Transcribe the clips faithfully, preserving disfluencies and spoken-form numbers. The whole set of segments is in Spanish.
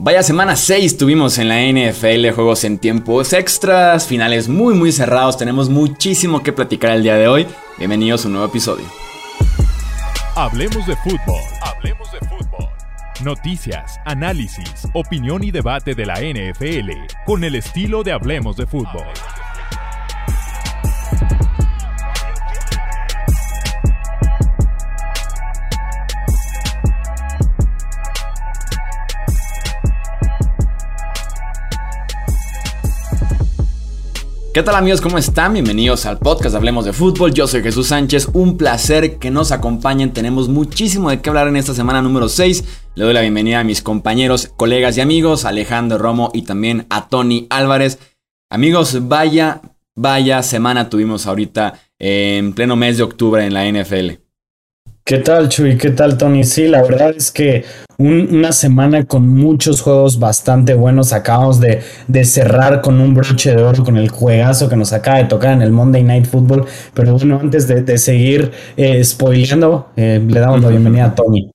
Vaya semana seis tuvimos en la N F L, juegos en tiempos extras, finales muy muy cerrados, tenemos muchísimo que platicar el día de hoy. Bienvenidos a un nuevo episodio. Hablemos de fútbol, hablemos de fútbol. Noticias, análisis, opinión y debate de la N F L con el estilo de Hablemos de Fútbol. ¿Qué tal amigos? ¿Cómo están? Bienvenidos al podcast Hablemos de Fútbol. Yo soy Jesús Sánchez, un placer que nos acompañen. Tenemos muchísimo de qué hablar en esta semana número seis. Le doy la bienvenida a mis compañeros, colegas y amigos, Alejandro Romo y también a Tony Álvarez. Amigos, vaya, vaya semana tuvimos ahorita en pleno mes de octubre en la N F L. ¿Qué tal, Chuy? ¿Qué tal, Tony? Sí, la verdad es que un, una semana con muchos juegos bastante buenos. Acabamos de, de cerrar con un broche de oro con el juegazo que nos acaba de tocar en el Monday Night Football. Pero bueno, antes de, de seguir eh, spoileando, eh, le damos la bienvenida a Tony.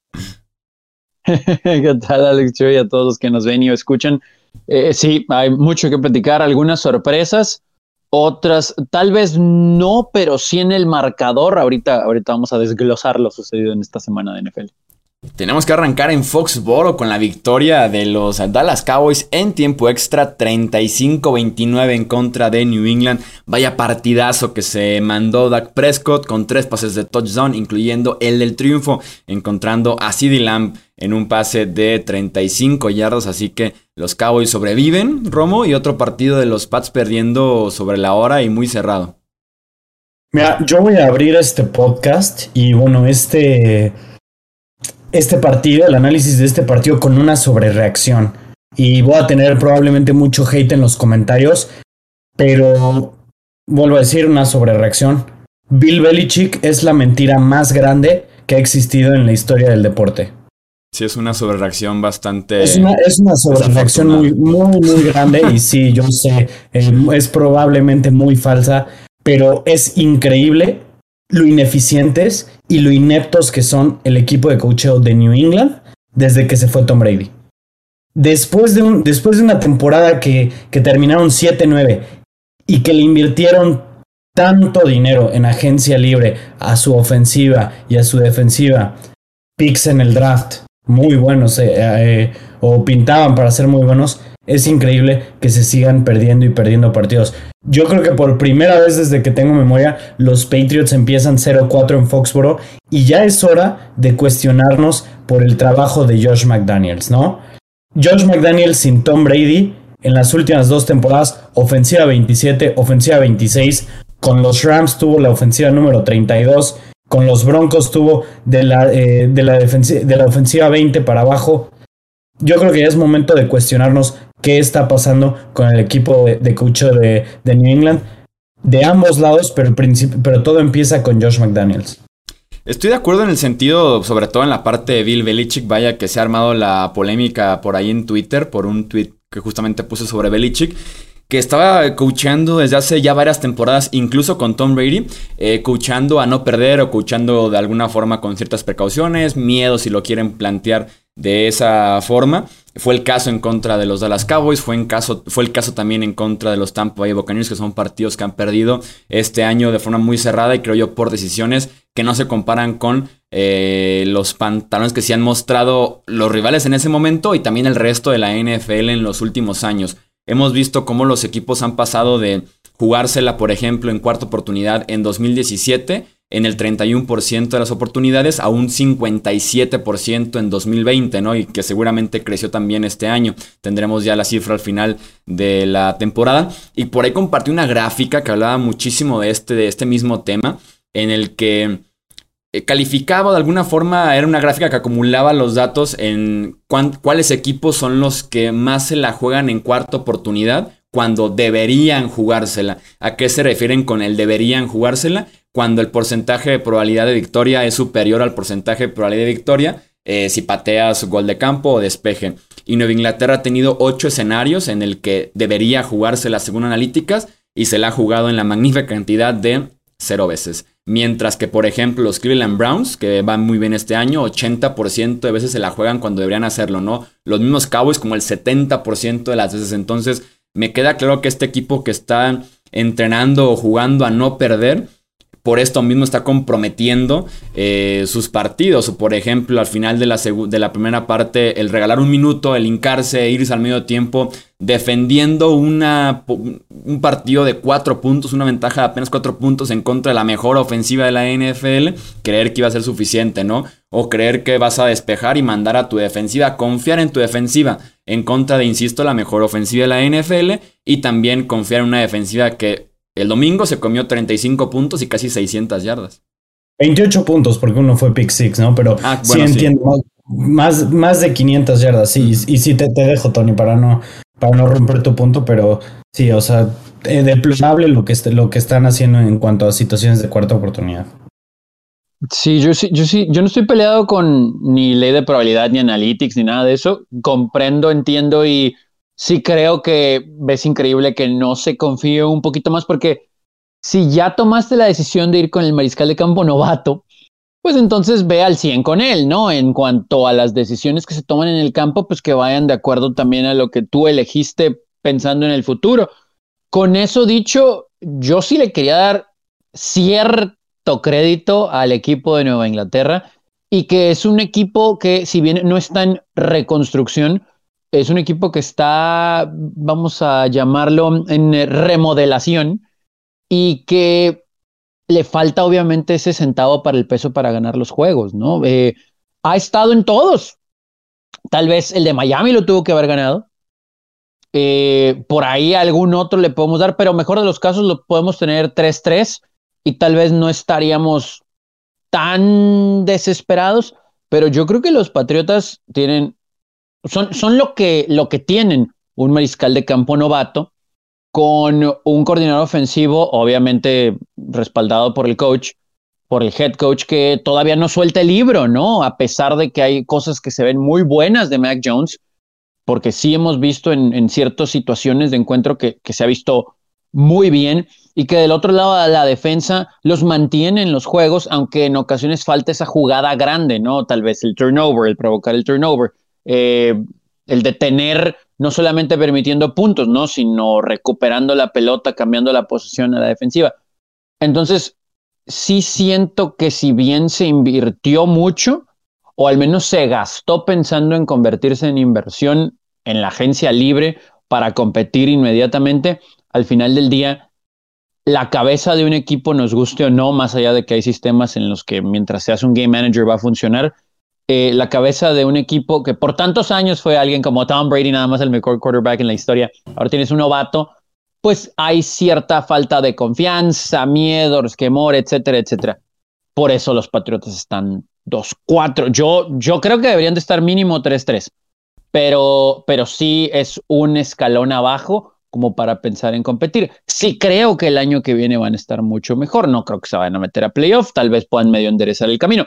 ¿Qué tal, Alex, Chuy? A todos los que nos ven y escuchan. Eh, sí, hay mucho que platicar, algunas sorpresas. Otras, tal vez no, pero sí en el marcador. Ahorita, ahorita vamos a desglosar lo sucedido en esta semana de N F L. Tenemos que arrancar en Foxboro con la victoria de los Dallas Cowboys en tiempo extra, treinta y cinco veintinueve en contra de New England. Vaya partidazo que se mandó Dak Prescott con tres pases de touchdown, incluyendo el del triunfo, encontrando a CeeDee Lamb en un pase de treinta y cinco yardas. Así que los Cowboys sobreviven, Romo, y otro partido de los Pats perdiendo sobre la hora y muy cerrado. Mira, yo voy a abrir este podcast y bueno, este... este partido, el análisis de este partido con una sobrereacción. Y voy a tener probablemente mucho hate en los comentarios, pero vuelvo a decir una sobrereacción. Bill Belichick es la mentira más grande que ha existido en la historia del deporte. Sí, es una sobrereacción bastante... Es una, es una sobrereacción muy, muy, muy grande y sí, yo sé, eh, es probablemente muy falsa, pero es increíble lo ineficientes y lo ineptos que son el equipo de coacheo de New England desde que se fue Tom Brady. Después de, un, después de una temporada que, que terminaron siete nueve y que le invirtieron tanto dinero en agencia libre a su ofensiva y a su defensiva, picks en el draft muy buenos eh, eh, o pintaban para ser muy buenos, es increíble que se sigan perdiendo y perdiendo partidos. Yo creo que por primera vez desde que tengo memoria, los Patriots empiezan cero cuatro en Foxboro y ya es hora de cuestionarnos por el trabajo de Josh McDaniels, ¿no? Josh McDaniels sin Tom Brady en las últimas dos temporadas, ofensiva veintisiete, ofensiva veintiséis, con los Rams tuvo la ofensiva número treinta y dos, con los Broncos tuvo de la, eh, de la, defensiva, de la ofensiva veinte para abajo. Yo creo que ya es momento de cuestionarnos qué está pasando con el equipo de, de coach de, de New England, de ambos lados, pero, el pero todo empieza con Josh McDaniels. Estoy de acuerdo en el sentido, sobre todo en la parte de Bill Belichick. Vaya que se ha armado la polémica por ahí en Twitter, por un tweet que justamente puse sobre Belichick, que estaba coachando desde hace ya varias temporadas, incluso con Tom Brady, eh, coachando a no perder o coachando de alguna forma con ciertas precauciones, miedo si lo quieren plantear de esa forma. Fue el caso en contra de los Dallas Cowboys, fue, en caso, fue el caso también en contra de los Tampa Bay Buccaneers, que son partidos que han perdido este año de forma muy cerrada y creo yo por decisiones que no se comparan con eh, los pantalones que sí han mostrado los rivales en ese momento y también el resto de la N F L en los últimos años. Hemos visto cómo los equipos han pasado de jugársela, por ejemplo, en cuarta oportunidad en dos mil diecisiete, en el treinta y uno por ciento de las oportunidades, a un cincuenta y siete por ciento en dos mil veinte, ¿no? Y que seguramente creció también este año. Tendremos ya la cifra al final de la temporada. Y por ahí compartí una gráfica que hablaba muchísimo de este, de este mismo tema, en el que calificaba de alguna forma, era una gráfica que acumulaba los datos en cuán, cuáles equipos son los que más se la juegan en cuarta oportunidad cuando deberían jugársela. ¿A qué se refieren con el deberían jugársela? Cuando el porcentaje de probabilidad de victoria es superior al porcentaje de probabilidad de victoria eh, si pateas gol de campo o despeje. Y Nueva Inglaterra ha tenido ocho escenarios en el que debería jugársela según analíticas y se la ha jugado en la magnífica cantidad de cero veces. Mientras que, por ejemplo, los Cleveland Browns, que van muy bien este año, ochenta por ciento de veces se la juegan cuando deberían hacerlo, ¿no? Los mismos Cowboys como el setenta por ciento de las veces. Entonces, me queda claro que este equipo que está entrenando o jugando a no perder, por esto mismo está comprometiendo eh, sus partidos. O por ejemplo, al final de la, de la primera parte, el regalar un minuto, el hincarse, irse al medio tiempo, defendiendo una, un partido de cuatro puntos, una ventaja de apenas cuatro puntos en contra de la mejor ofensiva de la N F L, creer que iba a ser suficiente, ¿no? O creer que vas a despejar y mandar a tu defensiva, confiar en tu defensiva en contra de, insisto, la mejor ofensiva de la N F L, y también confiar en una defensiva que el domingo se comió treinta y cinco puntos y casi seiscientas yardas. veintiocho puntos, porque uno fue pick six, ¿no? Pero ah, bueno, sí entiendo, sí. Más, más de quinientas yardas, sí. Y, y sí te, te dejo, Tony, para no, para no romper tu punto, pero sí, o sea, deplorable lo que, lo que están haciendo en cuanto a situaciones de cuarta oportunidad. Sí, yo sí, yo sí, yo no estoy peleado con ni ley de probabilidad, ni analytics, ni nada de eso. Comprendo, entiendo y sí creo que es increíble que no se confíe un poquito más, porque si ya tomaste la decisión de ir con el mariscal de campo novato, pues entonces ve al cien con él, ¿no? En cuanto a las decisiones que se toman en el campo, pues que vayan de acuerdo también a lo que tú elegiste pensando en el futuro. Con eso dicho, yo sí le quería dar cierto crédito al equipo de Nueva Inglaterra, y que es un equipo que, si bien no está en reconstrucción, es un equipo que está, vamos a llamarlo, en remodelación, y que le falta obviamente ese centavo para el peso para ganar los juegos, ¿no? Eh, ha estado en todos. Tal vez el de Miami lo tuvo que haber ganado. Eh, por ahí algún otro le podemos dar, pero mejor de los casos lo podemos tener tres tres y tal vez no estaríamos tan desesperados, pero yo creo que los Patriotas tienen... Son, son lo que, lo que tienen un mariscal de campo novato con un coordinador ofensivo, obviamente respaldado por el coach, por el head coach, que todavía no suelta el libro, ¿no? A pesar de que hay cosas que se ven muy buenas de Mac Jones, porque sí hemos visto en, en ciertas situaciones de encuentro que, que se ha visto muy bien, y que del otro lado de la defensa los mantiene en los juegos, aunque en ocasiones falta esa jugada grande, ¿no? Tal vez el turnover, el provocar el turnover. Eh, el detener, no solamente permitiendo puntos, ¿no? Sino recuperando la pelota, cambiando la posición a la defensiva. Entonces, sí siento que si bien se invirtió mucho, o al menos se gastó pensando en convertirse en inversión en la agencia libre para competir inmediatamente, al final del día, la cabeza de un equipo, nos guste o no, más allá de que hay sistemas en los que mientras seas un game manager va a funcionar, Eh, la cabeza de un equipo que por tantos años fue alguien como Tom Brady, nada más el mejor quarterback en la historia, ahora tienes un novato, pues hay cierta falta de confianza, miedo, resquemor, etcétera, etcétera. Por eso los Patriotas están dos cuatro. Yo, yo creo que deberían de estar mínimo tres tres, pero, pero sí es un escalón abajo como para pensar en competir. Sí creo que el año que viene van a estar mucho mejor, no creo que se vayan a meter a playoff, tal vez puedan medio enderezar el camino.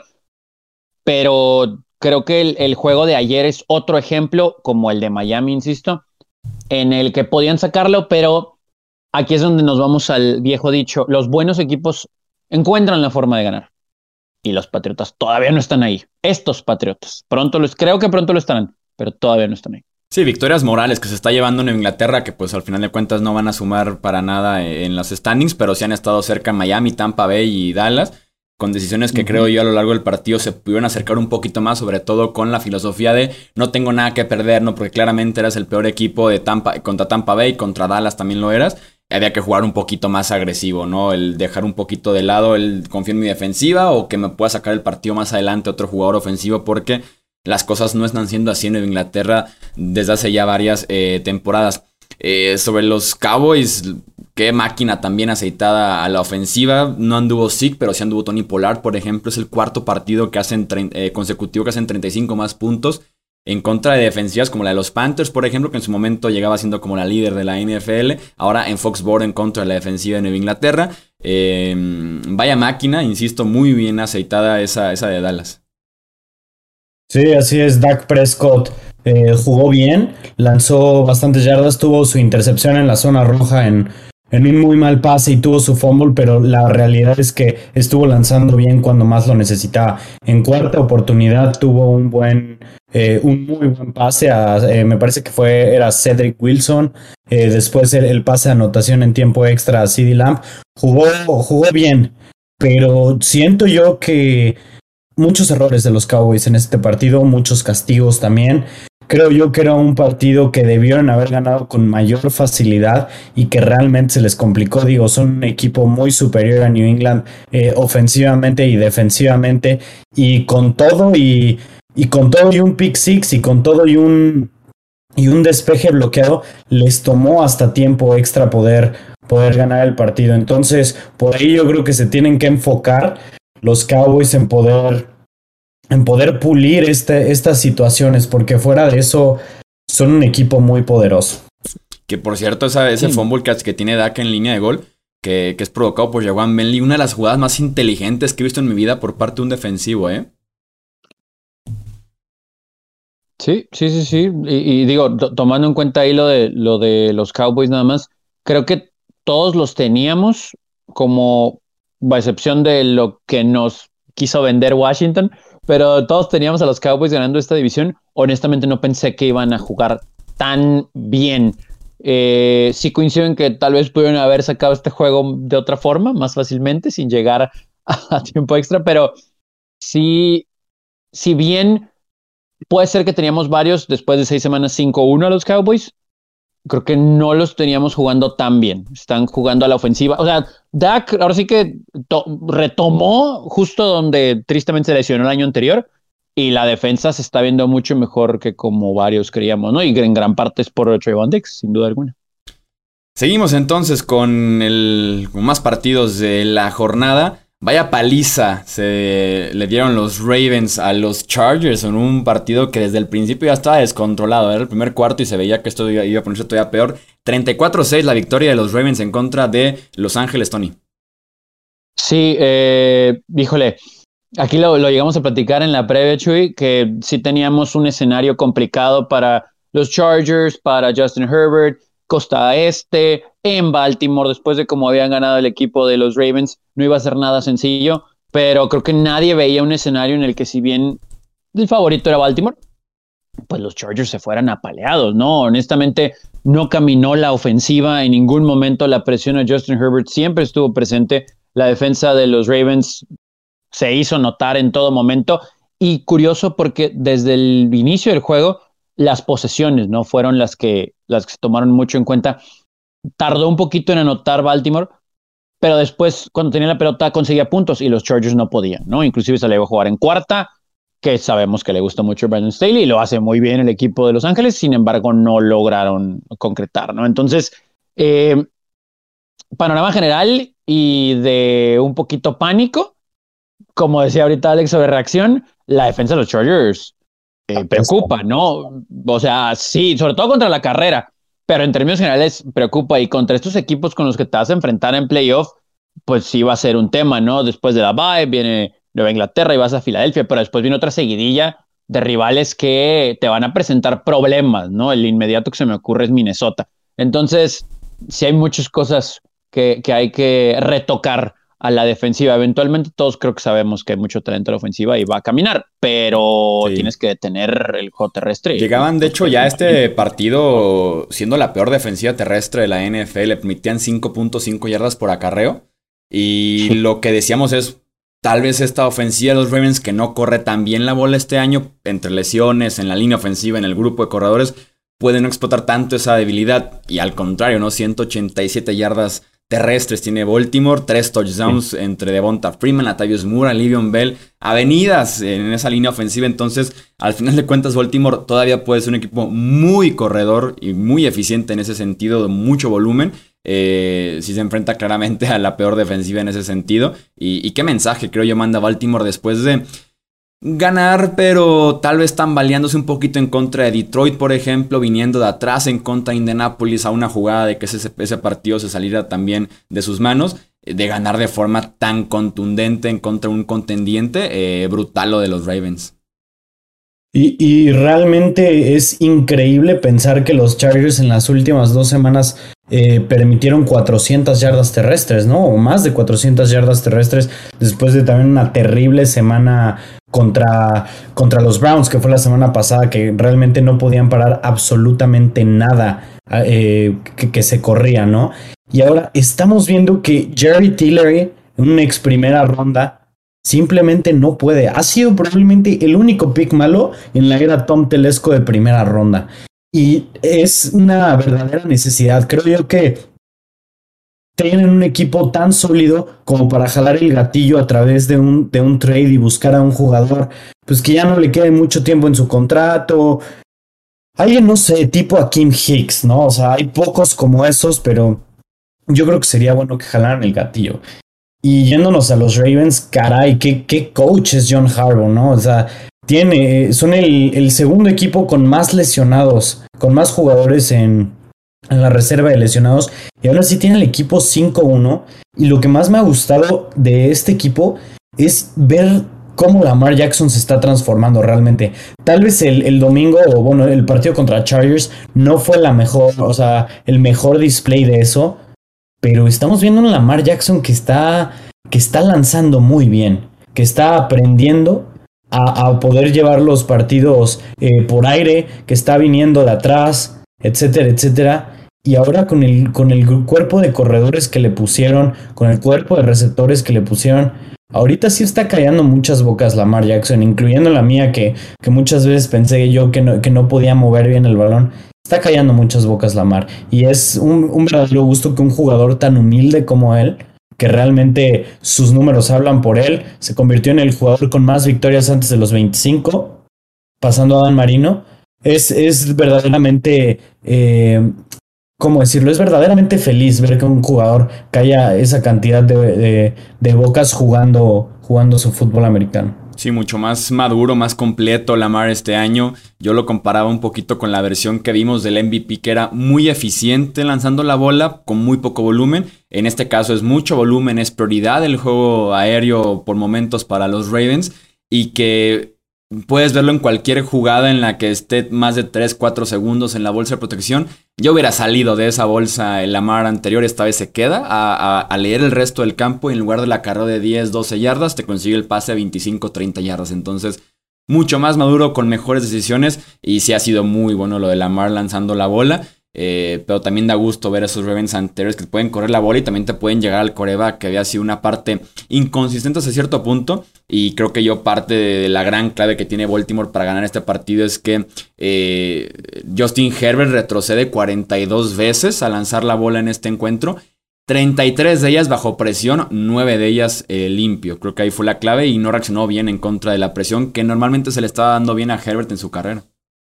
Pero creo que el, el juego de ayer es otro ejemplo, como el de Miami, insisto, en el que podían sacarlo, pero aquí es donde nos vamos al viejo dicho, los buenos equipos encuentran la forma de ganar. Y los Patriotas todavía no están ahí. Estos Patriotas, pronto los, creo que pronto lo estarán, pero todavía no están ahí. Sí, victorias morales que se está llevando en Inglaterra, que pues al final de cuentas no van a sumar para nada en los standings, pero sí han estado cerca en Miami, Tampa Bay y Dallas, con decisiones que uh-huh. creo yo a lo largo del partido se pudieron acercar un poquito más, sobre todo con la filosofía de no tengo nada que perder, ¿no? Porque claramente eras el peor equipo de Tampa, contra Tampa Bay, contra Dallas también lo eras. Había que jugar un poquito más agresivo, ¿no? El dejar un poquito de lado el confío en mi defensiva o que me pueda sacar el partido más adelante otro jugador ofensivo, porque las cosas no están siendo así en Inglaterra desde hace ya varias eh, temporadas. Eh, sobre los Cowboys, qué máquina también aceitada a la ofensiva. No anduvo Zeke, pero sí anduvo Tony Pollard, por ejemplo. Es el cuarto partido que hacen eh, consecutivo que hacen treinta y cinco más puntos en contra de defensivas como la de los Panthers, por ejemplo, que en su momento llegaba siendo como la líder de la N F L. Ahora en Foxborough en contra de la defensiva de Nueva Inglaterra. Eh, vaya máquina, insisto, muy bien aceitada esa, esa de Dallas. Sí, así es. Dak Prescott eh, jugó bien, lanzó bastantes yardas, tuvo su intercepción en la zona roja en, en un muy mal pase y tuvo su fumble, pero la realidad es que estuvo lanzando bien cuando más lo necesitaba. En cuarta oportunidad tuvo un buen, eh, un muy buen pase a, eh, me parece que fue, era Cedric Wilson, eh, después el, el pase de anotación en tiempo extra a CeeDee Lamb, jugó, jugó bien, pero siento yo que muchos errores de los Cowboys en este partido, muchos castigos también. Creo yo que era un partido que debieron haber ganado con mayor facilidad y que realmente se les complicó. Digo, son un equipo muy superior a New England eh, ofensivamente y defensivamente, y con todo y, y con todo y un pick six y con todo y un y un despeje bloqueado, les tomó hasta tiempo extra poder, poder ganar el partido. Entonces, por ahí yo creo que se tienen que enfocar los Cowboys en poder en poder pulir este, estas situaciones, porque fuera de eso son un equipo muy poderoso. Que por cierto, esa, ese sí. fumble que, que tiene Dak en línea de gol, que, que es provocado por Jawan Bentley, una de las jugadas más inteligentes que he visto en mi vida por parte de un defensivo, ¿eh? Sí, sí, sí, sí. Y, y digo, to- tomando en cuenta ahí lo de, lo de los Cowboys nada más, creo que todos los teníamos como, a excepción de lo que nos quiso vender Washington, pero todos teníamos a los Cowboys ganando esta división. Honestamente no pensé que iban a jugar tan bien. Eh, sí coincido en que tal vez pudieron haber sacado este juego de otra forma, más fácilmente, sin llegar a, a tiempo extra, pero sí, si bien puede ser que teníamos varios después de seis semanas cinco uno a los Cowboys, creo que no los teníamos jugando tan bien. Están jugando a la ofensiva. O sea, Dak ahora sí que to- retomó justo donde tristemente se lesionó el año anterior, y la defensa se está viendo mucho mejor que como varios creíamos, ¿no? Y en gran parte es por Trevon Diggs, sin duda alguna. Seguimos entonces con, el, con más partidos de la jornada. Vaya paliza se le dieron los Ravens a los Chargers en un partido que desde el principio ya estaba descontrolado. Era el primer cuarto y se veía que esto iba, iba a ponerse todavía peor. treinta y cuatro a seis la victoria de los Ravens en contra de Los Ángeles, Tony. Sí, eh, híjole, aquí lo, lo llegamos a platicar en la previa, Chuy, que sí teníamos un escenario complicado para los Chargers, para Justin Herbert, Costa Este, en Baltimore, después de cómo habían ganado el equipo de los Ravens, no iba a ser nada sencillo, pero creo que nadie veía un escenario en el que, si bien el favorito era Baltimore, pues los Chargers se fueran apaleados, ¿no? Honestamente, no caminó la ofensiva en ningún momento, la presión a Justin Herbert siempre estuvo presente, la defensa de los Ravens se hizo notar en todo momento, y curioso porque desde el inicio del juego, las posesiones, ¿no? Fueron las que, las que se tomaron mucho en cuenta. Tardó un poquito en anotar Baltimore, pero después, cuando tenía la pelota, conseguía puntos y los Chargers no podían, ¿no? Inclusive se le iba a jugar en cuarta, que sabemos que le gusta mucho a Brandon Staley y lo hace muy bien el equipo de Los Ángeles, sin embargo, no lograron concretar, ¿no? Entonces, eh, panorama general y de un poquito pánico, como decía ahorita Alex sobre reacción, la defensa de los Chargers Eh, preocupa, ¿no? O sea, sí, sobre todo contra la carrera, pero en términos generales preocupa, y contra estos equipos con los que te vas a enfrentar en playoff, pues sí va a ser un tema, ¿no? Después de la bye viene Nueva Inglaterra y vas a Filadelfia, pero después viene otra seguidilla de rivales que te van a presentar problemas, ¿no? El inmediato que se me ocurre es Minnesota. Entonces, sí hay muchas cosas que, que hay que retocar a la defensiva. Eventualmente todos creo que sabemos que hay mucho talento en la ofensiva y va a caminar, pero sí, tienes que detener el juego terrestre. Llegaban, de hecho, ya a este partido siendo la peor defensiva terrestre de la N F L, le permitían cinco punto cinco yardas por acarreo, y sí, lo que decíamos es, tal vez esta ofensiva de los Ravens, que no corre tan bien la bola este año, entre lesiones, en la línea ofensiva, en el grupo de corredores, puede no explotar tanto esa debilidad, y al contrario, ¿no? ciento ochenta y siete yardas terrestres tiene Baltimore, tres touchdowns sí, entre Devonta Freeman, Latavius Murray, Le'Veon Bell, avenidas en esa línea ofensiva. Entonces, al final de cuentas, Baltimore todavía puede ser un equipo muy corredor y muy eficiente en ese sentido, de mucho volumen, eh, si se enfrenta claramente a la peor defensiva en ese sentido. Y, y qué mensaje, creo yo, manda Baltimore después de ganar, pero tal vez tambaleándose un poquito en contra de Detroit, por ejemplo, viniendo de atrás en contra de Indianapolis, a una jugada de que ese, ese partido se saliera también de sus manos, de ganar de forma tan contundente en contra de un contendiente, eh, brutal lo de los Ravens. Y, y realmente es increíble pensar que los Chargers en las últimas dos semanas eh, permitieron cuatrocientas yardas terrestres, ¿no? O más de cuatrocientas yardas terrestres después de también una terrible semana contra, contra los Browns, que fue la semana pasada, que realmente no podían parar absolutamente nada eh, que, que se corría, ¿no? Y ahora estamos viendo que Jerry Tillery, un ex primera ronda, simplemente no puede. Ha sido probablemente el único pick malo en la era Tom Telesco de primera ronda. Y es una verdadera necesidad. Creo yo que tienen un equipo tan sólido como para jalar el gatillo a través de un, de un trade y buscar a un jugador pues que ya no le quede mucho tiempo en su contrato. Alguien, no sé, tipo a Kim Hicks, ¿no? O sea, hay pocos como esos, pero yo creo que sería bueno que jalaran el gatillo. Y yéndonos a los Ravens, caray, qué, qué coach es John Harbaugh, ¿no? O sea, tiene, son el, el segundo equipo con más lesionados, con más jugadores en, en la reserva de lesionados. Y ahora sí tiene el equipo cinco uno. Y lo que más me ha gustado de este equipo es ver cómo Lamar Jackson se está transformando realmente. Tal vez el, el domingo, o bueno, el partido contra Chargers no fue la mejor, o sea, el mejor display de eso. Pero estamos viendo un Lamar Jackson que está, que está lanzando muy bien, que está aprendiendo a, a poder llevar los partidos eh, por aire, que está viniendo de atrás, etcétera, etcétera. Y ahora con el, con el cuerpo de corredores que le pusieron, con el cuerpo de receptores que le pusieron, ahorita sí está callando muchas bocas Lamar Jackson, incluyendo la mía, que, que muchas veces pensé yo que no, que no podía mover bien el balón. Está callando muchas bocas Lamar. Y es un, un verdadero gusto que un jugador tan humilde como él, que realmente sus números hablan por él, se convirtió en el jugador con más victorias antes de los veinticinco, pasando a Dan Marino. Es, es verdaderamente, eh, ¿cómo decirlo? Es verdaderamente feliz ver que un jugador calla esa cantidad de, de, de bocas jugando, jugando su fútbol americano. Sí, mucho más maduro, más completo Lamar este año. Yo lo comparaba un poquito con la versión que vimos del M V P, que era muy eficiente lanzando la bola con muy poco volumen. En este caso es mucho volumen, es prioridad el juego aéreo por momentos para los Ravens, y que puedes verlo en cualquier jugada en la que esté más de tres cuatro segundos en la bolsa de protección. Yo hubiera salido de esa bolsa el Lamar anterior, esta vez se queda a, a, a leer el resto del campo, y en lugar de la carrera de diez doce yardas te consigue el pase a veinticinco treinta yardas. Entonces mucho más maduro, con mejores decisiones, y sí ha sido muy bueno lo de Lamar lanzando la bola. Eh, pero también da gusto ver a esos Ravens anteriores que pueden correr la bola y también te pueden llegar al quarterback, que había sido una parte inconsistente hasta cierto punto. Y creo que yo parte de la gran clave que tiene Baltimore para ganar este partido es que eh, Justin Herbert retrocede cuarenta y dos veces a lanzar la bola en este encuentro. treinta y tres de ellas bajo presión, nueve de ellas eh, limpio. Creo que ahí fue la clave, y no reaccionó bien en contra de la presión que normalmente se le estaba dando bien a Herbert en su carrera.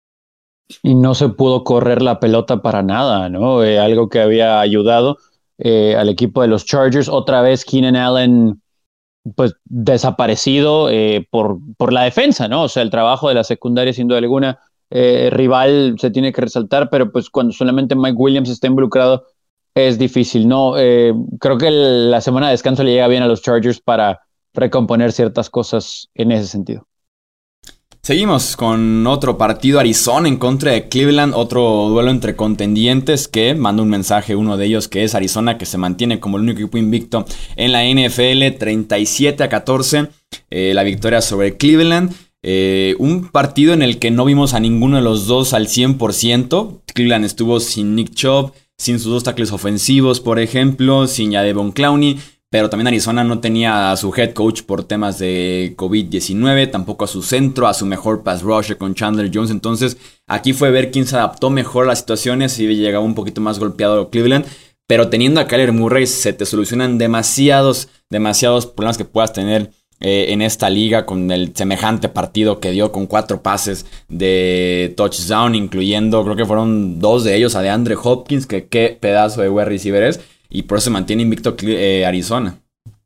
Y no se pudo correr la pelota para nada, ¿no? Eh, algo que había ayudado eh, al equipo de los Chargers. Otra vez Keenan Allen, pues desaparecido eh, por, por la defensa, ¿no? O sea, el trabajo de la secundaria, sin duda alguna, eh, rival se tiene que resaltar, pero pues cuando solamente Mike Williams está involucrado es difícil, ¿no? Eh, creo que el, la semana de descanso le llega bien a los Chargers para recomponer ciertas cosas en ese sentido. Seguimos con otro partido, Arizona en contra de Cleveland, otro duelo entre contendientes, que manda un mensaje uno de ellos, que es Arizona, que se mantiene como el único equipo invicto en la N F L, treinta y siete a catorce, eh, la victoria sobre Cleveland. Eh, un partido en el que no vimos a ninguno de los dos al cien por ciento. Cleveland estuvo sin Nick Chubb, sin sus dos tackles ofensivos, por ejemplo, sin Jadeveon Clowney. Pero también Arizona no tenía a su head coach por temas de covid diecinueve, tampoco a su centro, a su mejor pass rusher con Chandler Jones. Entonces aquí fue ver quién se adaptó mejor a las situaciones y llegaba un poquito más golpeado Cleveland. Pero teniendo a Kyler Murray se te solucionan demasiados, demasiados problemas que puedas tener eh, en esta liga, con el semejante partido que dio con cuatro pases de touchdown, incluyendo, creo que fueron dos de ellos a DeAndre Hopkins, que qué pedazo de wide receiver es. Y por eso se mantiene invicto eh, Arizona.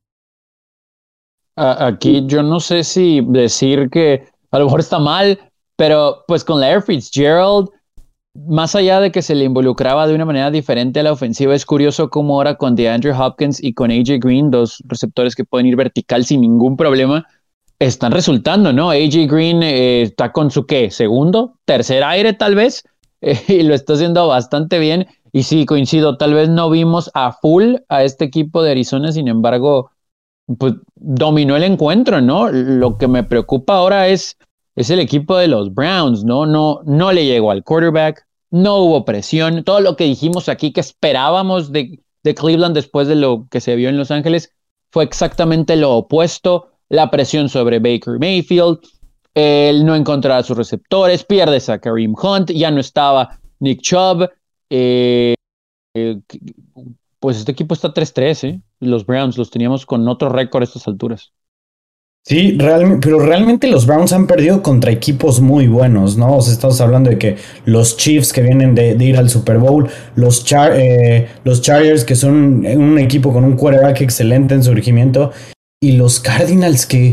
Aquí yo no sé si decir que a lo mejor está mal, pero pues con Larry Fitzgerald, más allá de que se le involucraba de una manera diferente a la ofensiva, es curioso cómo ahora con DeAndre Hopkins y con A J Green, dos receptores que pueden ir vertical sin ningún problema, están resultando, ¿no? A J Green eh, está con su, ¿qué? ¿Segundo? ¿Tercer aire tal vez? eh, y lo está haciendo bastante bien. Y sí, coincido, tal vez no vimos a full a este equipo de Arizona, sin embargo, pues dominó el encuentro, ¿no? Lo que me preocupa ahora es, es el equipo de los Browns, ¿no? No, no le llegó al quarterback, no hubo presión, todo lo que dijimos aquí que esperábamos de, de Cleveland después de lo que se vio en Los Ángeles fue exactamente lo opuesto, la presión sobre Baker Mayfield, él no encontraba a sus receptores, pierdes a Kareem Hunt, ya no estaba Nick Chubb, eh, eh, pues este equipo está tres tres, ¿eh? Los Browns los teníamos con otro récord a estas alturas. Sí, realmente, pero realmente los Browns han perdido contra equipos muy buenos, ¿no? O sea, estamos hablando de que los Chiefs que vienen de, de ir al Super Bowl, los, Char, eh, los Chargers que son un equipo con un quarterback excelente en surgimiento, y los Cardinals que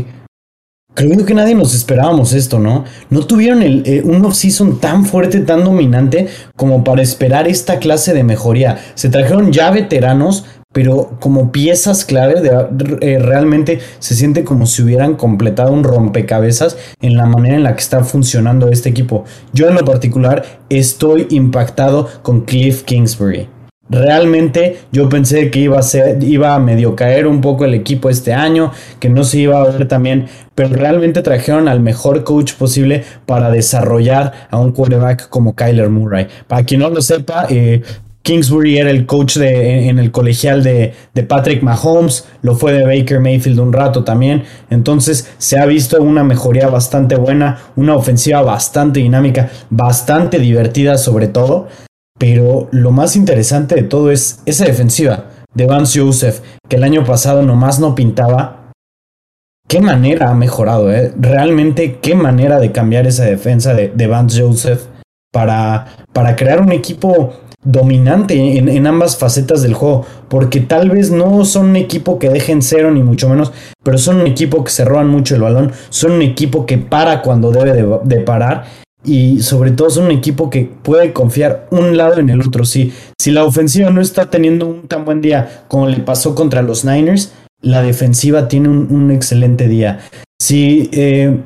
creo que nadie nos esperábamos esto, ¿no? No tuvieron el, eh, un off-season tan fuerte, tan dominante como para esperar esta clase de mejoría. Se trajeron ya veteranos, pero como piezas clave, de, eh, realmente se siente como si hubieran completado un rompecabezas en la manera en la que está funcionando este equipo. Yo en lo particular estoy impactado con Cliff Kingsbury. Realmente yo pensé que iba a ser, iba a medio caer un poco el equipo este año, que no se iba a ver también, pero realmente trajeron al mejor coach posible para desarrollar a un quarterback como Kyler Murray. Para quien no lo sepa, eh, Kingsbury era el coach de, en el colegial de, de Patrick Mahomes, lo fue de Baker Mayfield un rato también, entonces se ha visto una mejoría bastante buena, una ofensiva bastante dinámica, bastante divertida sobre todo, pero lo más interesante de todo es esa defensiva de Vance Joseph, que el año pasado nomás no pintaba. Qué manera ha mejorado, ¿eh? Realmente qué manera de cambiar esa defensa de, de Vance Joseph para, para crear un equipo dominante en, en ambas facetas del juego, porque tal vez no son un equipo que dejen cero ni mucho menos, pero son un equipo que se roban mucho el balón, son un equipo que para cuando debe de, de parar, y sobre todo son un equipo que puede confiar un lado en el otro. Si, si la ofensiva no está teniendo un tan buen día como le pasó contra los Niners, la defensiva tiene un, un excelente día. Si eh,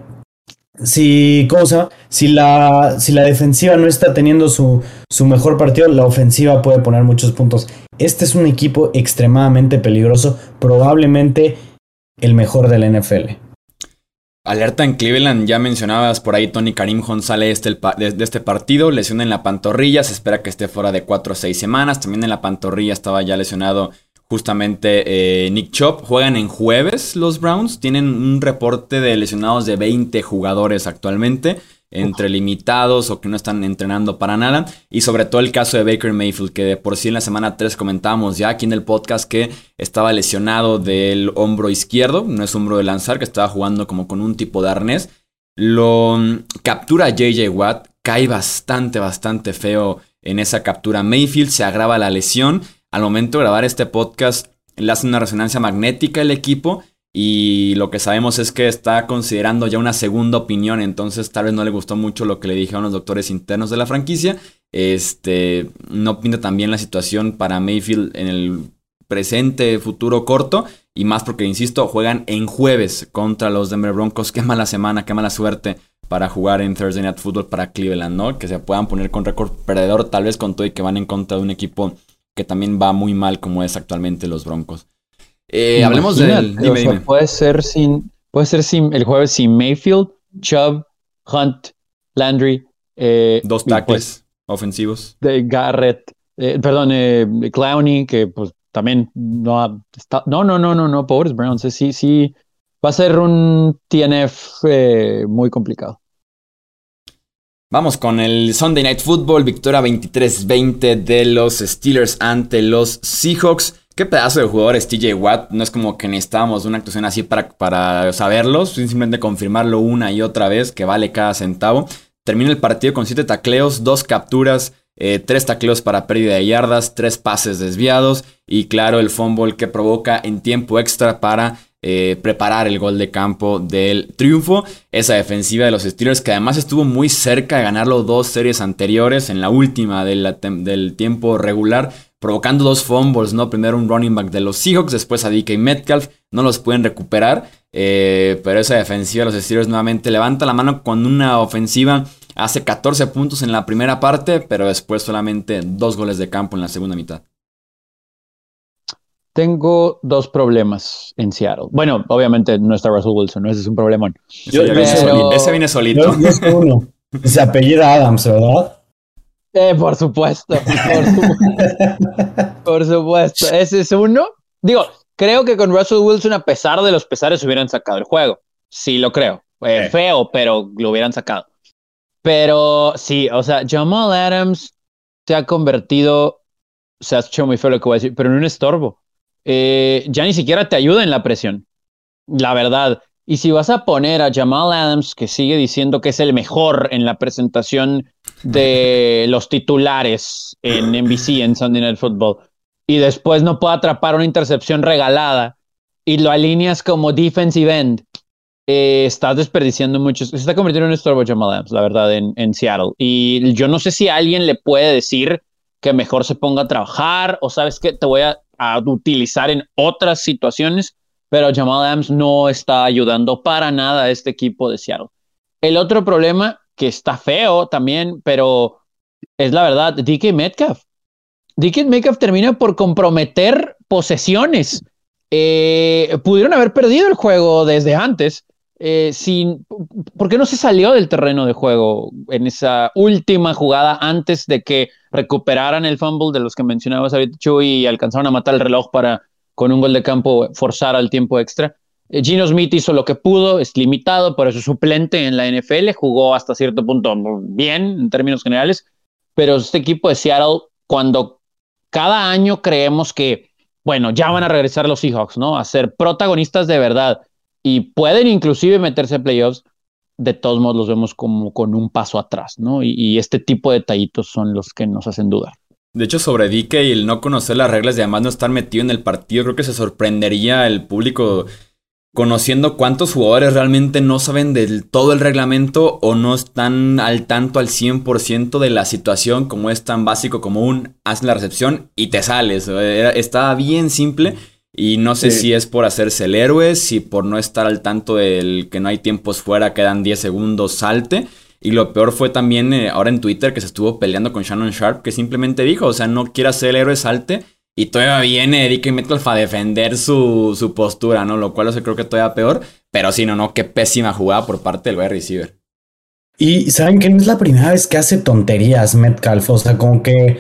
Si, ¿cómo se llama? Si la, si la defensiva no está teniendo su, su mejor partido, la ofensiva puede poner muchos puntos. Este es un equipo extremadamente peligroso, probablemente el mejor de la N F L. Alerta en Cleveland, ya mencionabas por ahí, Tony Kareem Hunt sale de este, de, de este partido, lesión en la pantorrilla, se espera que esté fuera de cuatro a seis semanas, también en la pantorrilla estaba ya lesionado justamente eh, Nick Chubb. Juegan en jueves los Browns, tienen un reporte de lesionados de veinte jugadores actualmente, entre limitados o que no están entrenando para nada, y sobre todo el caso de Baker Mayfield, que de por sí en la semana tres comentábamos ya aquí en el podcast que estaba lesionado del hombro izquierdo, no es hombro de lanzar, que estaba jugando como con un tipo de arnés. Lo captura J J Watt, cae bastante, bastante feo en esa captura. Mayfield se agrava la lesión. Al momento de grabar este podcast, le hace una resonancia magnética el equipo. Y lo que sabemos es que está considerando ya una segunda opinión. Entonces tal vez no le gustó mucho lo que le dijeron los doctores internos de la franquicia. Este, no pinta tan bien la situación para Mayfield en el presente, futuro corto. Y más porque, insisto, juegan en jueves contra los Denver Broncos. Qué mala semana, qué mala suerte para jugar en Thursday Night Football para Cleveland, ¿no? Que se puedan poner con récord perdedor, tal vez con todo, y que van en contra de un equipo que también va muy mal como es actualmente los Broncos. Eh, hablemos del... Dime, o sea, dime. Puede ser sin, puede ser sin el jueves sin Mayfield, Chubb, Hunt, Landry. Eh, Dos tackles pues, ofensivos. De Garrett, eh, perdón, eh, Clowney, que pues también no ha está, no, no, no, no, no, pobres Browns. Eh, sí, sí, va a ser un T N F eh, muy complicado. Vamos con el Sunday Night Football, victoria veintitrés veinte de los Steelers ante los Seahawks. Qué pedazo de jugador es T J Watt. No es como que necesitábamos una actuación así para, para saberlo, simplemente confirmarlo una y otra vez, que vale cada centavo. Termina el partido con siete tacleos, dos capturas, eh, tres tacleos para pérdida de yardas, tres pases desviados y claro el fumble que provoca en tiempo extra para eh, preparar el gol de campo del triunfo. Esa defensiva de los Steelers, que además estuvo muy cerca de ganarlo dos series anteriores, en la última de la tem- del tiempo regular, provocando dos fumbles, ¿no? Primero un running back de los Seahawks, después a D K Metcalf, no los pueden recuperar, eh, pero esa defensiva de los Steelers nuevamente levanta la mano con una ofensiva hace catorce puntos en la primera parte, pero después solamente dos goles de campo en la segunda mitad. Tengo dos problemas en Seattle. Bueno, obviamente no está Russell Wilson, ¿no? Ese es un problemón. Ese, Yo- viene, pero- solito, ese viene solito. Yo, yo sé uno. Se apellida Adams, ¿verdad? Eh, por supuesto, por supuesto. Por supuesto. Ese es uno. Digo, creo que con Russell Wilson, a pesar de los pesares, hubieran sacado el juego. Sí, lo creo. Eh, Sí. Feo, pero lo hubieran sacado. Pero sí, o sea, Jamal Adams se ha convertido, se ha hecho muy feo lo que voy a decir, pero en un estorbo. Eh, ya ni siquiera te ayuda en la presión, la verdad. Y si vas a poner a Jamal Adams, que sigue diciendo que es el mejor en la presentación de los titulares en N B C, en Sunday Night Football, y después no puede atrapar una intercepción regalada y lo alineas como defensive end, eh, estás desperdiciando mucho. Se está convirtiendo en un estorbo Jamal Adams, la verdad, en, en Seattle. Y yo no sé si alguien le puede decir que mejor se ponga a trabajar o sabes que te voy a, a utilizar en otras situaciones, pero Jamal Adams no está ayudando para nada a este equipo de Seattle. El otro problema, que está feo también, pero es la verdad, D K Metcalf. D K Metcalf termina por comprometer posesiones. Eh, pudieron haber perdido el juego desde antes. Eh, sin, ¿Por qué no se salió del terreno de juego en esa última jugada antes de que recuperaran el fumble de los que mencionabas ahorita, Chuy, y alcanzaron a matar el reloj para, con un gol de campo, forzar al tiempo extra? Eh, Geno Smith hizo lo que pudo, es limitado, por eso es suplente en la N F L, jugó hasta cierto punto bien en términos generales, pero este equipo de Seattle, cuando cada año creemos que, bueno, ya van a regresar los Seahawks, ¿no? A ser protagonistas de verdad y pueden inclusive meterse a playoffs, de todos modos los vemos como con un paso atrás, ¿no? Y, y este tipo de detallitos son los que nos hacen dudar. De hecho, sobre D K y el no conocer las reglas y además no estar metido en el partido, creo que se sorprendería el público conociendo cuántos jugadores realmente no saben del todo el reglamento o no están al tanto al cien por ciento de la situación, como es tan básico como un haz la recepción y te sales. Era, estaba bien simple y no sé Sí. si es por hacerse el héroe, si por no estar al tanto del que no hay tiempos fuera, quedan diez segundos, salte. Y lo peor fue también eh, ahora en Twitter que se estuvo peleando con Shannon Sharp, que simplemente dijo, o sea, no quiere ser el héroe, salte. Y todavía viene D K Metcalf a defender su, su postura, ¿no? Lo cual o sea, creo que todavía peor. Pero sí, no, no, qué pésima jugada por parte del wide receiver. Y saben que no es la primera vez que hace tonterías Metcalf, o sea, como que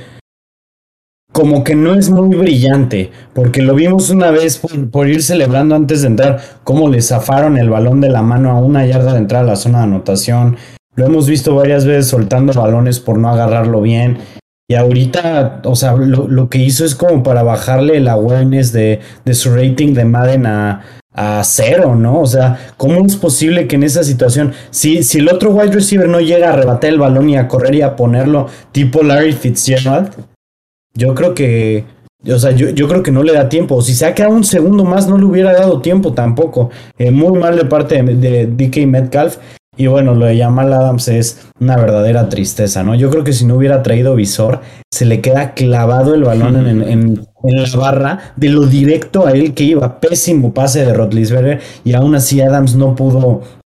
como que no es muy brillante, porque lo vimos una vez por, por ir celebrando antes de entrar, cómo le zafaron el balón de la mano a una yarda de entrar a la zona de anotación. Lo hemos visto varias veces soltando balones por no agarrarlo bien. Y ahorita, o sea, lo, lo que hizo es como para bajarle el awareness de, de su rating de Madden a, a cero, ¿no? O sea, ¿cómo es posible que en esa situación, si, si el otro wide receiver no llega a arrebatar el balón y a correr y a ponerlo tipo Larry Fitzgerald, yo creo que, o sea, yo, yo creo que no le da tiempo. O si se ha quedado un segundo más, no le hubiera dado tiempo tampoco. Eh, muy mal de parte de, de D K Metcalf. Y bueno, lo de Jamal Adams es una verdadera tristeza, ¿no? Yo creo que si no hubiera traído visor, se le queda clavado el balón en, en, en, en la barra de lo directo a él que iba. Pésimo pase de Roethlisberger y aún así Adams no pudo,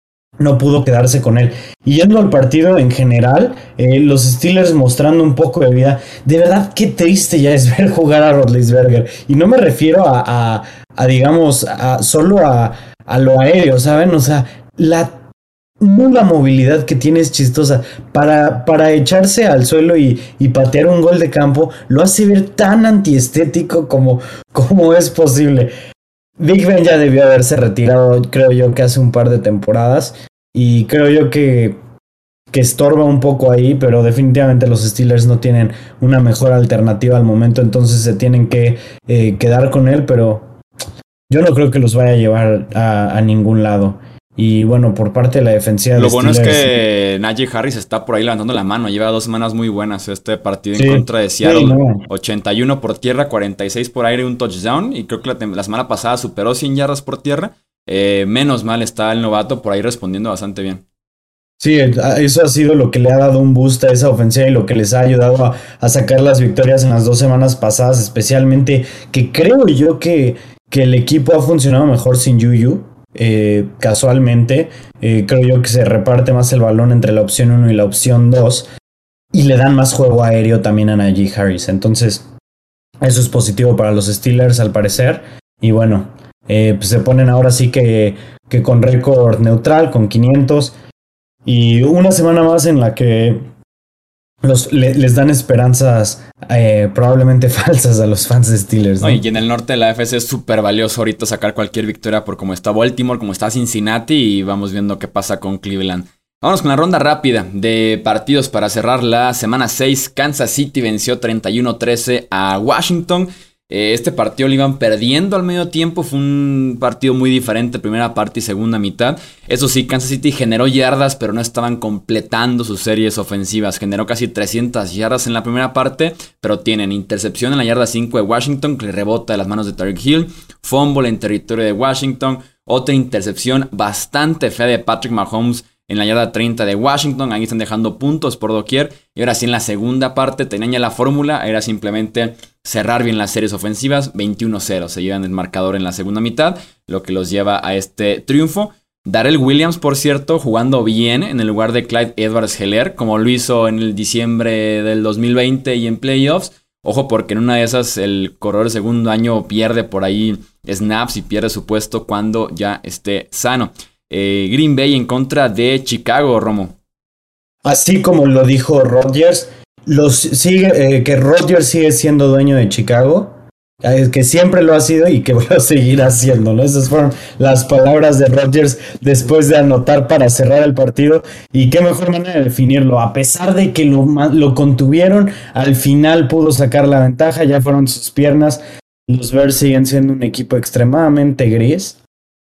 no pudo quedarse con él. Y yendo al partido en general, eh, los Steelers mostrando un poco de vida. De verdad, qué triste ya es ver jugar a Roethlisberger. Y no me refiero a, a, a digamos, a, solo a, a lo aéreo, ¿saben? O sea, la nula movilidad que tiene es chistosa. Para, para echarse al suelo y, y patear un gol de campo, lo hace ver tan antiestético como, como es posible. Big Ben ya debió haberse retirado, creo yo, que hace un par de temporadas. Y creo yo que, que estorba un poco ahí, pero definitivamente los Steelers no tienen una mejor alternativa al momento, entonces se tienen que eh, quedar con él, pero yo no creo que los vaya a llevar a, a ningún lado. Y bueno, por parte de la defensiva de Lo los bueno Steelers, es que Najee Harris está por ahí levantando la mano. Lleva dos semanas muy buenas este partido Sí. en contra de Seattle. Sí, no. ochenta y uno por tierra, cuarenta y seis por aire, un touchdown. Y creo que la, tem- la semana pasada superó cien yardas por tierra. Eh, menos mal está el novato por ahí respondiendo bastante bien. Sí, eso ha sido lo que le ha dado un boost a esa ofensiva y lo que les ha ayudado a, a sacar las victorias en las dos semanas pasadas, especialmente que creo yo que, que el equipo ha funcionado mejor sin Juju. eh, casualmente. Eh, creo yo que se reparte más el balón entre la opción uno y la opción dos. Y le dan más juego aéreo también a Najee Harris. Entonces, eso es positivo para los Steelers al parecer. Y bueno, eh, pues se ponen ahora sí que, que con récord neutral, con quinientos. Y una semana más en la que los, le, les dan esperanzas eh, probablemente falsas a los fans de Steelers, ¿no? No, y en el norte de la A F C es súper valioso ahorita sacar cualquier victoria por cómo está Baltimore, como está Cincinnati, y vamos viendo qué pasa con Cleveland. Vamos con la ronda rápida de partidos para cerrar la semana seis. Kansas City venció treinta y uno trece a Washington. Este partido lo iban perdiendo al medio tiempo. Fue un partido muy diferente, primera parte y segunda mitad. Eso sí, Kansas City generó yardas, pero no estaban completando sus series ofensivas. Generó casi trescientas yardas en la primera parte, pero tienen intercepción en la yarda cinco de Washington, que le rebota de las manos de Tyreek Hill. Fumble en territorio de Washington. Otra intercepción bastante fea de Patrick Mahomes en la yarda treinta de Washington. Ahí están dejando puntos por doquier. Y ahora sí, en la segunda parte tenían ya la fórmula. Era simplemente cerrar bien las series ofensivas. veintiuno cero se llevan el marcador en la segunda mitad, lo que los lleva a este triunfo. Darrell Williams, por cierto, jugando bien en el lugar de Clyde Edwards-Helaire, como lo hizo en el diciembre del dos mil veinte y en playoffs. Ojo, porque en una de esas el corredor de segundo año pierde por ahí snaps y pierde su puesto cuando ya esté sano. Eh, Green Bay en contra de Chicago, Romo. Así como lo dijo Rodgers, los sigue, eh, que Rodgers sigue siendo dueño de Chicago, eh, que siempre lo ha sido y que va a seguir haciéndolo. Esas fueron las palabras de Rodgers después de anotar para cerrar el partido. Y qué mejor manera de definirlo. A pesar de que lo, lo contuvieron, al final pudo sacar la ventaja, ya fueron sus piernas. Los Bears siguen siendo un equipo extremadamente gris,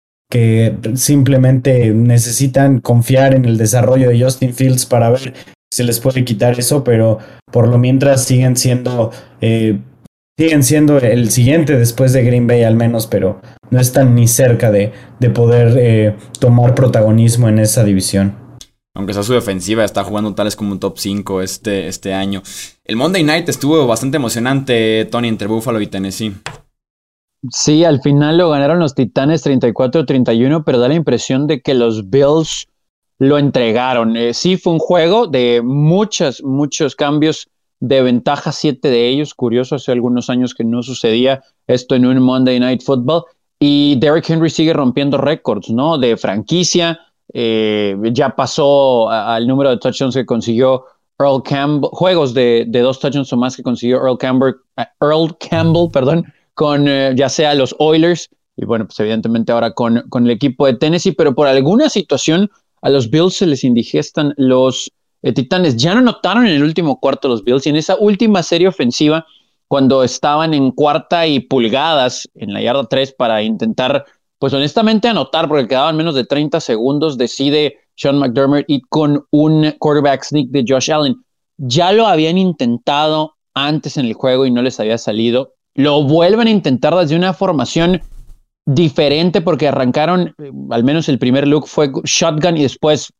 que simplemente necesitan confiar en el desarrollo de Justin Fields para ver si se les puede quitar eso, pero por lo mientras siguen siendo eh, siguen siendo el siguiente después de Green Bay al menos, pero no están ni cerca de, de poder eh, tomar protagonismo en esa división. Aunque sea su defensiva, está jugando tales como un top cinco este, este año. El Monday Night estuvo bastante emocionante, Tony, entre Buffalo y Tennessee. Sí, al final lo ganaron los Titanes treinta y cuatro a treinta y uno, pero da la impresión de que los Bills lo entregaron. Eh, sí, fue un juego de muchos, muchos cambios de ventaja, siete de ellos. Curioso, hace algunos años que no sucedía esto en un Monday Night Football. Y Derrick Henry sigue rompiendo récords, ¿no? De franquicia. Eh, ya pasó a, al número de touchdowns que consiguió Earl Campbell, juegos de, de dos touchdowns o más que consiguió Earl Campbell, uh, Earl Campbell, perdón, con eh, ya sea los Oilers y bueno, pues evidentemente ahora con, con el equipo de Tennessee, pero por alguna situación a los Bills se les indigestan los eh, Titanes. Ya no notaron en el último cuarto los Bills y en esa última serie ofensiva, cuando estaban en cuarta y pulgadas en la yarda tres para intentar, pues honestamente anotar, porque quedaban menos de treinta segundos, decide Sean McDermott ir con un quarterback sneak de Josh Allen. Ya lo habían intentado antes en el juego y no les había salido. Lo vuelven a intentar desde una formación diferente porque arrancaron, eh, al menos el primer look fue shotgun y después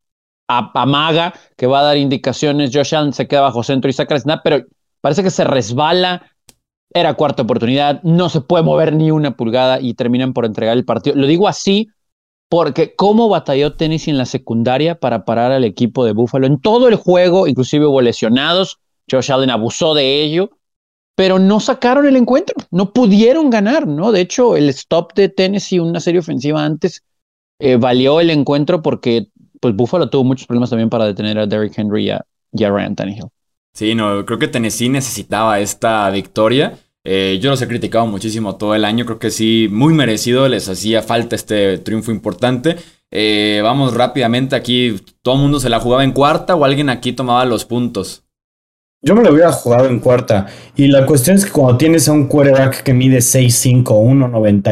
amaga, que va a dar indicaciones. Josh Allen se queda bajo centro y saca el snap, pero parece que se resbala. Era cuarta oportunidad, no se puede mover ni una pulgada y terminan por entregar el partido. Lo digo así porque cómo batalló Tennessee en la secundaria para parar al equipo de Buffalo. En todo el juego, inclusive hubo lesionados. Josh Allen abusó de ello, pero no sacaron el encuentro, no pudieron ganar, ¿no? De hecho, el stop de Tennessee, una serie ofensiva antes, eh, valió el encuentro porque pues, Buffalo tuvo muchos problemas también para detener a Derrick Henry y a, y a Ryan Tannehill. Sí, no, creo que Tennessee necesitaba esta victoria. Eh, yo los he criticado muchísimo todo el año, creo que sí, muy merecido, les hacía falta este triunfo importante. Eh, vamos rápidamente aquí, ¿todo el mundo se la jugaba en cuarta o alguien aquí tomaba los puntos? Yo me lo hubiera jugado en cuarta. Y la cuestión es que cuando tienes a un quarterback que mide seis cinco, uno noventa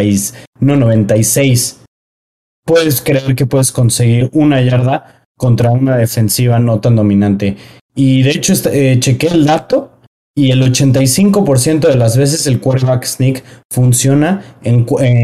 y seis, puedes creer que puedes conseguir una yarda contra una defensiva no tan dominante. Y de hecho, eh, chequé el dato y el ochenta y cinco por ciento de las veces el quarterback sneak funciona en,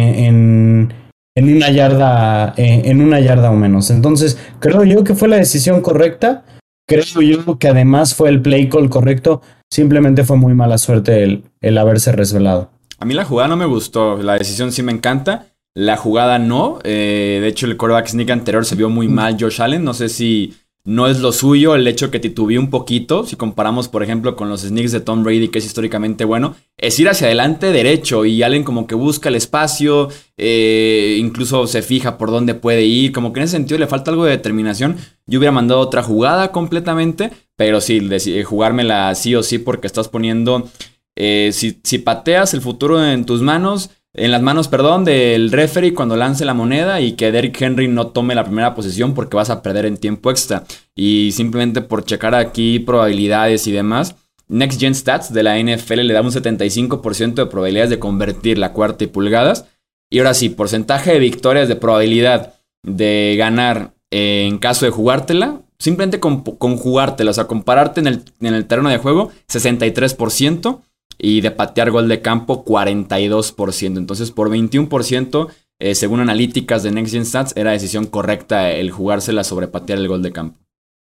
en, en, una yarda, en, en una yarda o menos. Entonces, creo yo que fue la decisión correcta. Creo yo que además fue el play call correcto. Simplemente fue muy mala suerte el, el haberse resbalado. A mí la jugada no me gustó. La decisión sí me encanta. La jugada no. Eh, de hecho, el quarterback sneak anterior se vio muy mal Josh Allen. No sé si no es lo suyo el hecho que titubeó un poquito. Si comparamos, por ejemplo, con los sneaks de Tom Brady, que es históricamente bueno, es ir hacia adelante derecho. Y Allen como que busca el espacio, eh, incluso se fija por dónde puede ir. Como que en ese sentido le falta algo de determinación. Yo hubiera mandado otra jugada completamente. Pero sí, dec- jugármela sí o sí porque estás poniendo... Eh, si, si pateas el futuro en tus manos... En las manos, perdón, del referee cuando lance la moneda y que Derrick Henry no tome la primera posición porque vas a perder en tiempo extra. Y simplemente por checar aquí probabilidades y demás, Next Gen Stats de la N F L le da un setenta y cinco por ciento de probabilidades de convertir la cuarta y pulgadas. Y ahora sí, porcentaje de victorias de probabilidad de ganar eh, en caso de jugártela. Simplemente con, con jugártela, o sea, compararte en el, en el terreno de juego, sesenta y tres por ciento. Y de patear gol de campo, cuarenta y dos por ciento. Entonces, por veintiuno por ciento, eh, según analíticas de Next Gen Stats, era decisión correcta el jugársela sobre patear el gol de campo.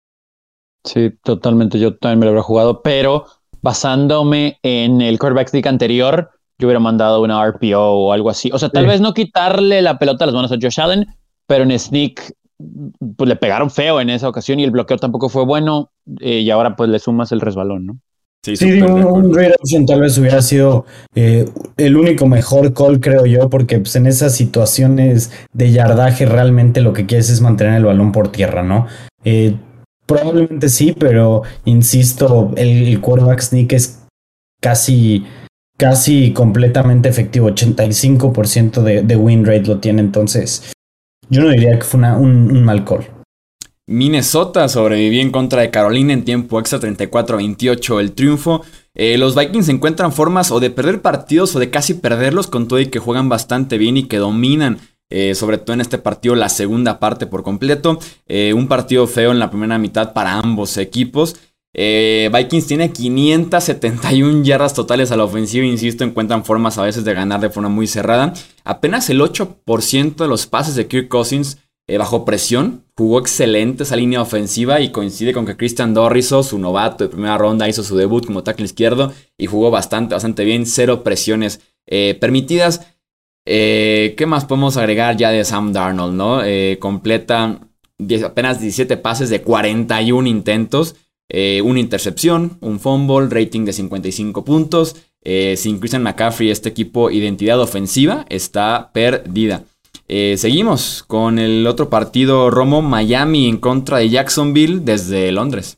Sí, totalmente. Yo también me lo habría jugado, pero basándome en el quarterback sneak anterior, yo hubiera mandado una R P O o algo así. O sea, tal Sí. vez no quitarle la pelota a las manos a Josh Allen, pero en sneak pues le pegaron feo en esa ocasión y el bloqueo tampoco fue bueno, eh, y ahora pues le sumas el resbalón, ¿no? Sí, Sí, súper digo, de un, un acuerdo. read option tal vez hubiera sido eh, el único mejor call, creo yo, porque pues, en esas situaciones de yardaje realmente lo que quieres es mantener el balón por tierra, ¿no? Eh, probablemente sí, pero insisto, el, el quarterback sneak es casi, casi completamente efectivo, ochenta y cinco por ciento de, de win rate lo tiene, entonces yo no diría que fue una, un, un mal call. Minnesota sobrevivió en contra de Carolina en tiempo extra, treinta y cuatro a veintiocho el triunfo. Eh, los Vikings encuentran formas o de perder partidos o de casi perderlos, con todo y que juegan bastante bien y que dominan, eh, sobre todo en este partido, la segunda parte por completo. Eh, un partido feo en la primera mitad para ambos equipos. Eh, Vikings tiene quinientas setenta y una yardas totales a la ofensiva, insisto, encuentran formas a veces de ganar de forma muy cerrada. Apenas el ocho por ciento de los pases de Kirk Cousins eh, bajo presión, jugó excelente esa línea ofensiva y coincide con que Christian Dorriso, su novato de primera ronda, hizo su debut como tackle izquierdo y jugó bastante, bastante bien, cero presiones eh, permitidas. Eh, ¿Qué más podemos agregar ya de Sam Darnold, no? Eh, completa diez, apenas diecisiete pases de cuarenta y uno intentos. Eh, una intercepción, un fumble, rating de cincuenta y cinco puntos. Eh, sin Christian McCaffrey, este equipo, identidad ofensiva, está perdida. Eh, seguimos con el otro partido, Romo, Miami en contra de Jacksonville desde Londres.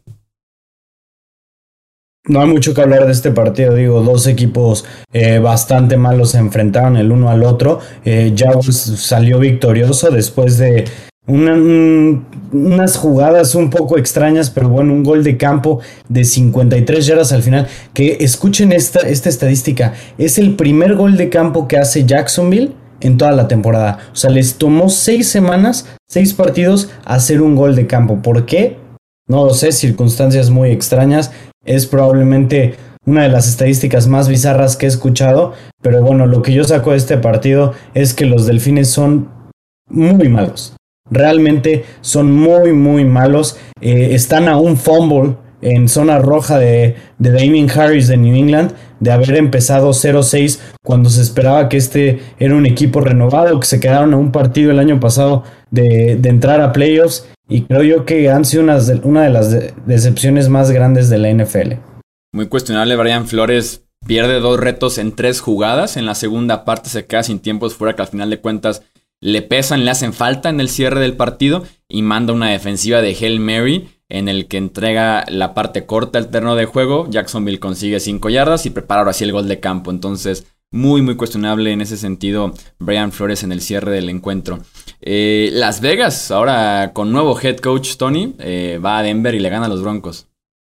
No hay mucho que hablar de este partido, digo, dos equipos eh, bastante malos se enfrentaron el uno al otro. Eh, Jaguars salió victorioso después de una, un, unas jugadas un poco extrañas, pero bueno, un gol de campo de cincuenta y tres yardas al final. Que escuchen esta, esta estadística, es el primer gol de campo que hace Jacksonville en toda la temporada. O sea, les tomó seis semanas, seis partidos hacer un gol de campo. ¿Por qué? No lo sé, circunstancias muy extrañas. Es probablemente una de las estadísticas más bizarras que he escuchado, pero bueno, lo que yo saco de este partido es que los Delfines son muy malos. Realmente son muy, muy malos. Eh, están a un fumble en zona roja de, de Damien Harris de New England, de haber empezado cero seis cuando se esperaba que este era un equipo renovado, que se quedaron a un partido el año pasado de, de entrar a playoffs. Y creo yo que han sido una de, una de las de, decepciones más grandes de la N F L. Muy cuestionable, Brian Flores pierde dos retos en tres jugadas. En la segunda parte se queda sin tiempos fuera, que al final de cuentas le pesan, le hacen falta en el cierre del partido. Y manda una defensiva de Hail Mary en el que entrega la parte corta del terreno de juego. Jacksonville consigue cinco yardas y prepara ahora sí el gol de campo. Entonces, muy, muy cuestionable en ese sentido Brian Flores en el cierre del encuentro. Eh, Las Vegas, ahora con nuevo head coach Tony, eh, va a Denver y le gana a los Broncos.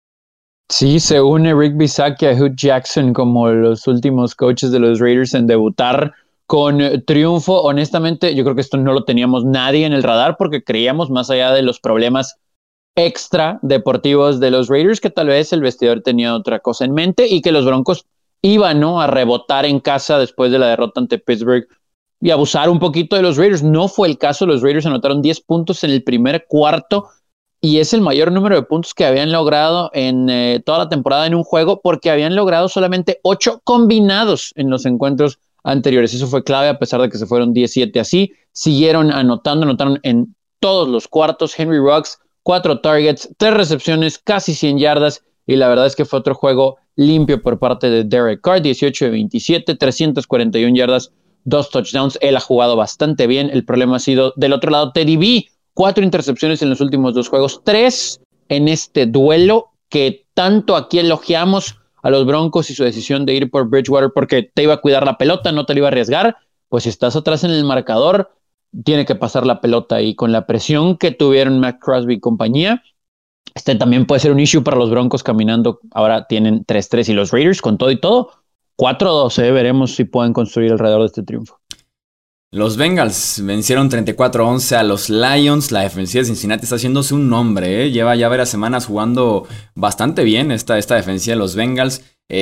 Sí, se une Rick Bisaccia y Hugh Jackson como los últimos coaches de los Raiders en debutar con triunfo. Honestamente, yo creo que esto no lo teníamos nadie en el radar porque creíamos, más allá de los problemas extra deportivos de los Raiders, que tal vez el vestidor tenía otra cosa en mente y que los Broncos iban, ¿no?, a rebotar en casa después de la derrota ante Pittsburgh y abusar un poquito de los Raiders. No fue el caso. Los Raiders anotaron diez puntos en el primer cuarto y es el mayor número de puntos que habían logrado en eh, toda la temporada en un juego, porque habían logrado solamente ocho combinados en los encuentros anteriores. Eso fue clave, a pesar de que se fueron diecisiete así. Siguieron anotando, anotaron en todos los cuartos. Henry Ruggs, cuatro targets, tres recepciones, casi cien yardas. Y la verdad es que fue otro juego limpio por parte de Derek Carr, dieciocho de veintisiete, trescientas cuarenta y una yardas, dos touchdowns. Él ha jugado bastante bien. El problema ha sido del otro lado Teddy B, cuatro intercepciones en los últimos dos juegos, tres en este duelo que tanto aquí elogiamos a los Broncos y su decisión de ir por Bridgewater porque te iba a cuidar la pelota, no te la iba a arriesgar. Pues si estás atrás en el marcador, tiene que pasar la pelota, y con la presión que tuvieron Matt Crosby y compañía, este también puede ser un issue para los Broncos caminando. Ahora tienen tres tres y los Raiders con todo y todo cuatro dos, ¿eh? Veremos si pueden construir alrededor de este triunfo. Los Bengals vencieron treinta y cuatro a once a los Lions. La defensiva de Cincinnati está haciéndose un nombre, ¿eh? Lleva ya varias semanas jugando bastante bien esta, esta defensiva de los Bengals.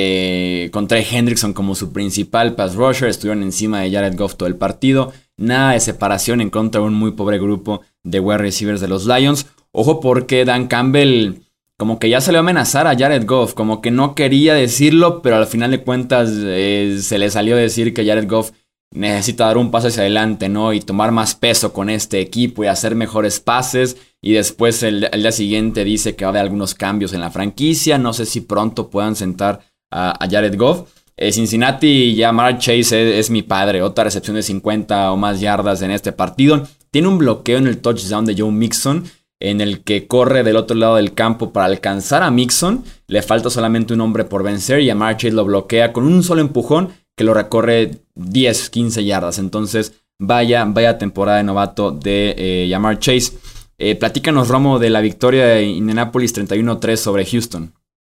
Eh, con Trey Hendrickson como su principal pass rusher. Estuvieron encima de Jared Goff todo el partido. Nada de separación en contra de un muy pobre grupo de wide receivers de los Lions. Ojo, porque Dan Campbell como que ya salió a amenazar a Jared Goff. Como que no quería decirlo, pero al final de cuentas eh, se le salió a decir que Jared Goff necesita dar un paso hacia adelante, ¿no? Y tomar más peso con este equipo y hacer mejores pases. Y después el, el día siguiente dice que va a haber algunos cambios en la franquicia. No sé si pronto puedan sentar a, a Jared Goff. Eh, Cincinnati, Ja'Marr Chase es, es mi padre. Otra recepción de cincuenta o más yardas en este partido. Tiene un bloqueo en el touchdown de Joe Mixon, en el que corre del otro lado del campo para alcanzar a Mixon. Le falta solamente un hombre por vencer y Ja'Marr Chase lo bloquea con un solo empujón que lo recorre diez, quince yardas. Entonces, vaya, vaya temporada de novato de eh, Ja'Marr Chase. Eh, platícanos, Romo, de la victoria de Indianapolis treinta y uno a tres sobre Houston.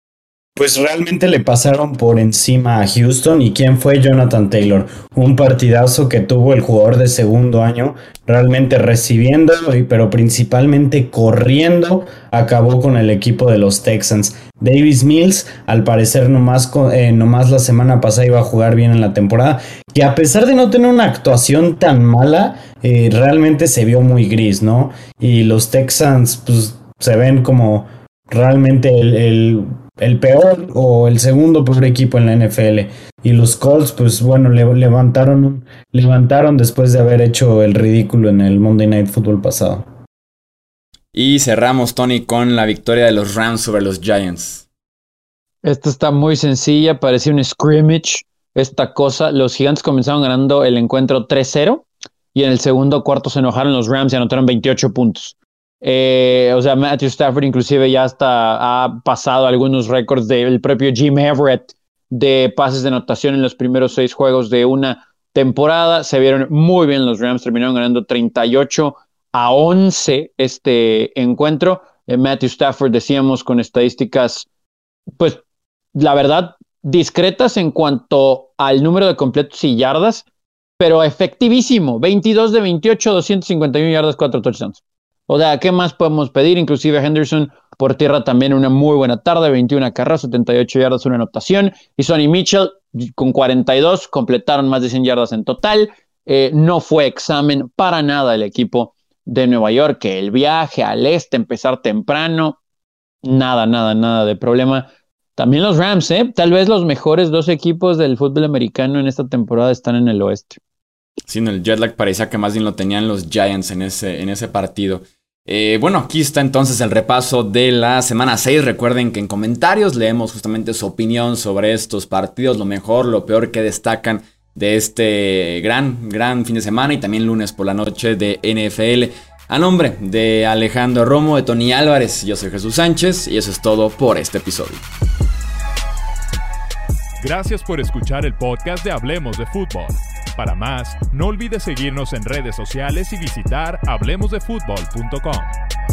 Pues realmente le pasaron por encima a Houston. ¿Y quién fue? Jonathan Taylor. Un partidazo que tuvo el jugador de segundo año, realmente recibiendo, pero principalmente corriendo, acabó con el equipo de los Texans. Davis Mills, al parecer nomás, eh, nomás la semana pasada iba a jugar bien en la temporada, que a pesar de no tener una actuación tan mala, eh, realmente se vio muy gris, ¿no? Y los Texans pues se ven como realmente el... el el peor o el segundo peor equipo en la N F L. Y los Colts, pues bueno, le, levantaron, levantaron después de haber hecho el ridículo en el Monday Night Football pasado. Y cerramos, Tony, con la victoria de los Rams sobre los Giants. Esta está muy sencilla, parecía un scrimmage. Esta cosa, los Gigantes comenzaron ganando el encuentro tres cero y en el segundo cuarto se enojaron los Rams y anotaron veintiocho puntos. Eh, o sea, Matthew Stafford inclusive ya hasta ha pasado algunos récords del propio Jim Everett de pases de anotación en los primeros seis juegos de una temporada. Se vieron muy bien los Rams, terminaron ganando treinta y ocho a once este encuentro. Eh, Matthew Stafford, decíamos, con estadísticas, pues la verdad, discretas en cuanto al número de completos y yardas, pero efectivísimo, veintidós de veintiocho, doscientas cincuenta y una yardas, cuatro touchdowns. O sea, ¿qué más podemos pedir? Inclusive Henderson por tierra también una muy buena tarde, veintiuna carreras, setenta y ocho yardas, una anotación. Y Sonny Mitchell con cuarenta y dos, completaron más de cien yardas en total. Eh, no fue examen para nada el equipo de Nueva York, que el viaje al este, empezar temprano, nada, nada, nada de problema. También los Rams, ¿eh? Tal vez los mejores dos equipos del fútbol americano en esta temporada están en el oeste. Sí, en el jet lag parecía que más bien lo tenían los Giants en ese, en ese partido. Eh, bueno, aquí está entonces el repaso de la semana seis. Recuerden que en comentarios leemos justamente su opinión sobre estos partidos, lo mejor, lo peor que destacan de este gran, gran fin de semana y también lunes por la noche de N F L. A nombre de Alejandro Romo, de Tony Álvarez, yo soy Jesús Sánchez y eso es todo por este episodio. Gracias por escuchar el podcast de Hablemos de Fútbol. Para más, no olvides seguirnos en redes sociales y visitar hablemos de fútbol punto com.